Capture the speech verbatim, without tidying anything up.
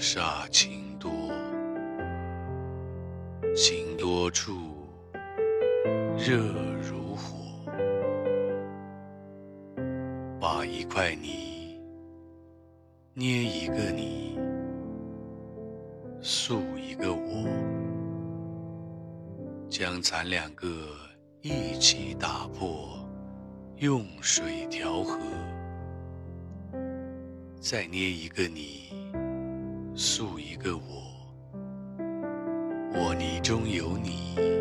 煞情多，情多处，热如火。把一块泥捏一个你，塑一个我，将咱两个一起打破，用水调和。再捏一个你，塑一个我，我泥中有你，